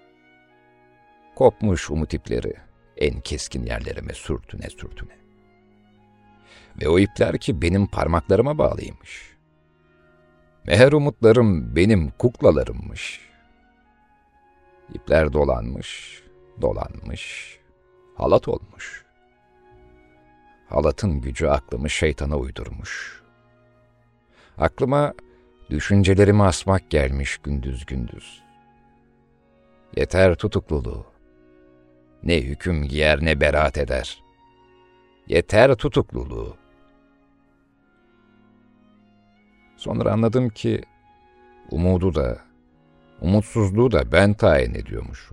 Kopmuş umut ipleri en keskin yerlerime sürtüne sürtüne. Ve o ipler ki benim parmaklarıma bağlıymış. Meğer umutlarım benim kuklalarımmış. İpler dolanmış, dolanmış, halat olmuş. Halatın gücü aklımı şeytana uydurmuş. Aklıma düşüncelerimi asmak gelmiş gündüz gündüz. Yeter tutukluluğu. Ne hüküm giyer ne beraat eder. Yeter tutukluluğu. Sonra anladım ki umudu da, umutsuzluğu da ben tayin ediyormuşum.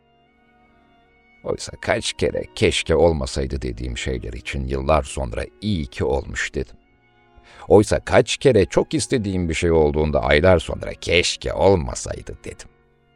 Oysa kaç kere keşke olmasaydı dediğim şeyler için yıllar sonra iyi ki olmuş dedim. Oysa kaç kere çok istediğim bir şey olduğunda aylar sonra keşke olmasaydı dedim.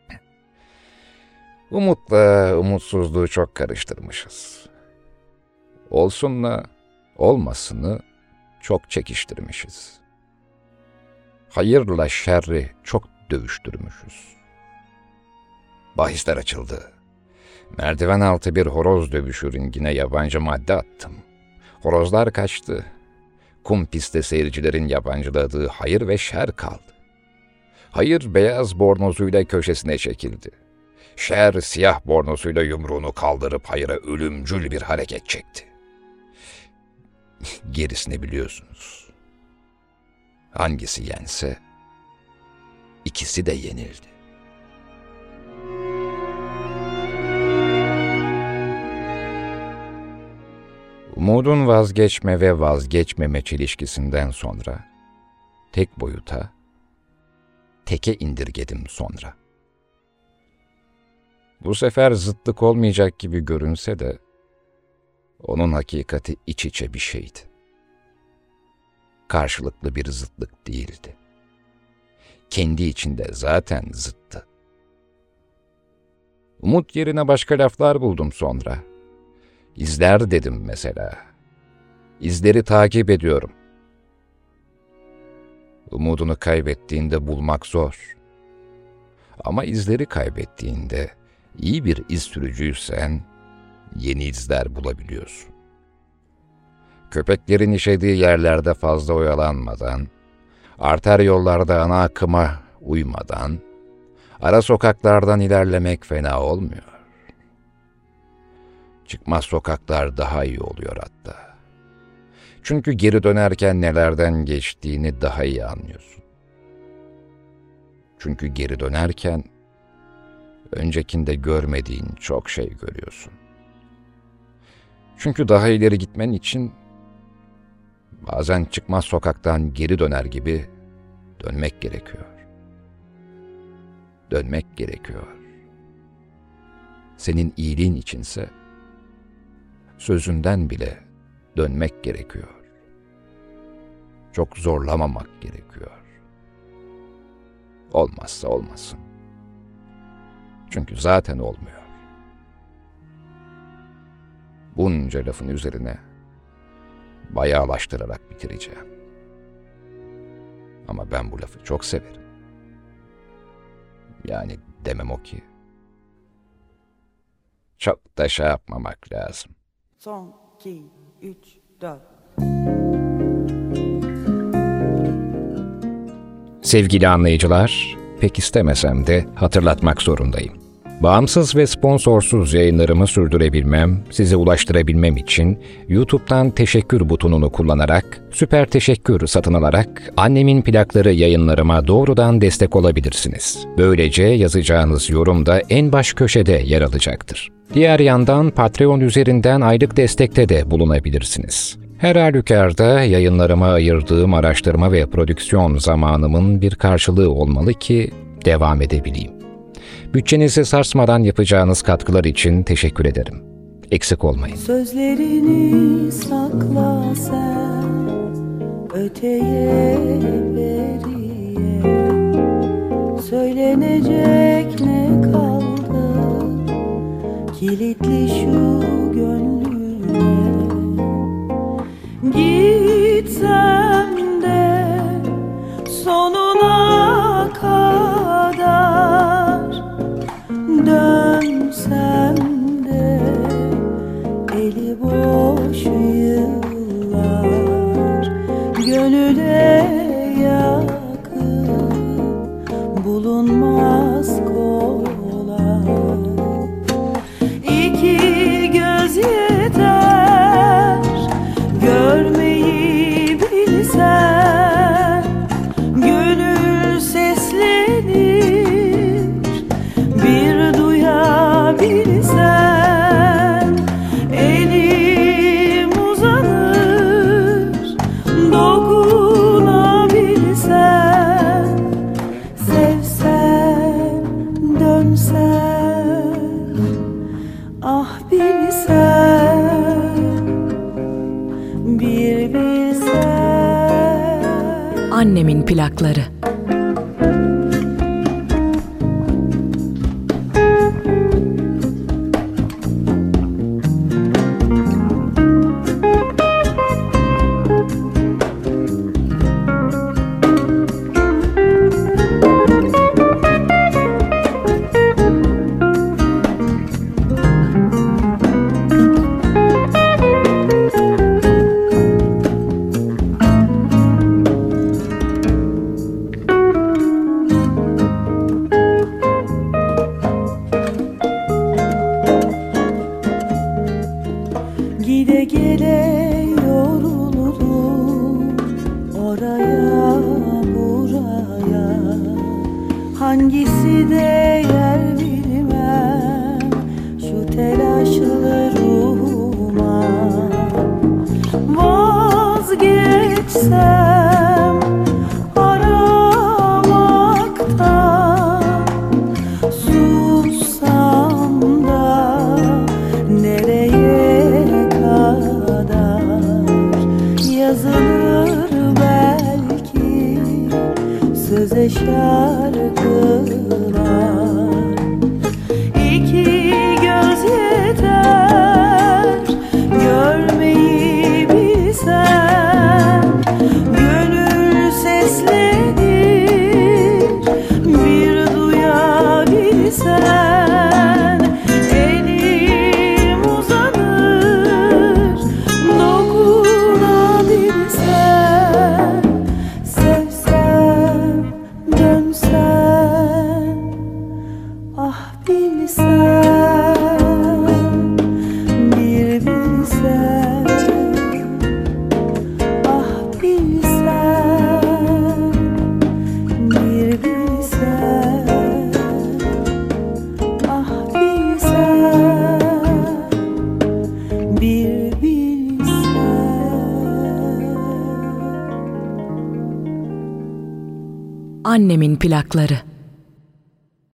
Umutla umutsuzluğu çok karıştırmışız. Olsunla olmasını çok çekiştirmişiz. Hayırla şerri çok dövüştürmüşüz. Bahisler açıldı. Merdiven altı bir horoz dövüşü ringine yabancı madde attım. Horozlar kaçtı. Kum pistte seyircilerin yabancıladığı hayır ve şer kaldı. Hayır beyaz bornozuyla köşesine çekildi. Şer siyah bornozuyla yumruğunu kaldırıp hayıra ölümcül bir hareket çekti. Gerisini biliyorsunuz. Hangisi yense, ikisi de yenildi. Umudun vazgeçme ve vazgeçmeme çelişkisinden sonra, tek boyuta, teke indirgedim sonra. Bu sefer zıtlık olmayacak gibi görünse de, onun hakikati iç içe bir şeydi. Karşılıklı bir zıtlık değildi. Kendi içinde zaten zıttı. Umut yerine başka laflar buldum sonra. İzler dedim mesela. İzleri takip ediyorum. Umudunu kaybettiğinde bulmak zor. Ama izleri kaybettiğinde iyi bir iz sürücüysen yeni izler bulabiliyorsun. Köpeklerin işediği yerlerde fazla oyalanmadan, arter yollarda ana akıma uymadan, ara sokaklardan ilerlemek fena olmuyor. Çıkmaz sokaklar daha iyi oluyor hatta. Çünkü geri dönerken nelerden geçtiğini daha iyi anlıyorsun. Çünkü geri dönerken öncekinde görmediğin çok şey görüyorsun. Çünkü daha ileri gitmen için bazen çıkmaz sokaktan geri döner gibi dönmek gerekiyor. Dönmek gerekiyor. Senin iyiliğin içinse sözünden bile dönmek gerekiyor. Çok zorlamamak gerekiyor. Olmazsa olmasın. Çünkü zaten olmuyor. Bunca lafın üzerine bayağılaştırarak bitireceğim. Ama ben bu lafı çok severim. Yani demem o ki, çok da şey yapmamak lazım. Son, 2, 3, 4. Sevgili anlayıcılar, pek istemesem de hatırlatmak zorundayım. Bağımsız ve sponsorsuz yayınlarımı sürdürebilmem, size ulaştırabilmem için YouTube'dan teşekkür butonunu kullanarak, süper teşekkür satın alarak Annemin Plakları yayınlarıma doğrudan destek olabilirsiniz. Böylece yazacağınız yorum da en baş köşede yer alacaktır. Diğer yandan Patreon üzerinden aylık destekte de bulunabilirsiniz. Her halükarda yayınlarıma ayırdığım araştırma ve prodüksiyon zamanımın bir karşılığı olmalı ki devam edebileyim. Bütçenizi sarsmadan yapacağınız katkılar için teşekkür ederim. Eksik olmayın. Sözlerini sakla sen öteye beriye. Söylenecek ne kaldı kilitli şu gönlüme. Gitsem de sonuna kadar, dönsem de eli boş yıllar, gönüle yakın bulunmaz kolay. İki göz yeter görmeyi bilsen, gönül seslenir bir duyabilsen. Elim uzanır dokunabilsen, sevsen dönsen ah bilsen, bir bilsen. Annemin plakları. Gide gele yorulurum oraya buraya, hangisi değer bilmem şu telaşlı ruhuma. Vazgeçsem aramaktan, sussam da nereye kadar yazılır belki söze şarkılar. İki göz yeter görmeyi bilsen, gönül seslenir bir duyabilsen. Elim uzanır dokunabilsen, sevsem dönsem ah bilsen, bir bilsen ah bilsen, bir bilsen ah bilsen, bir bilsen. Annemin plakları.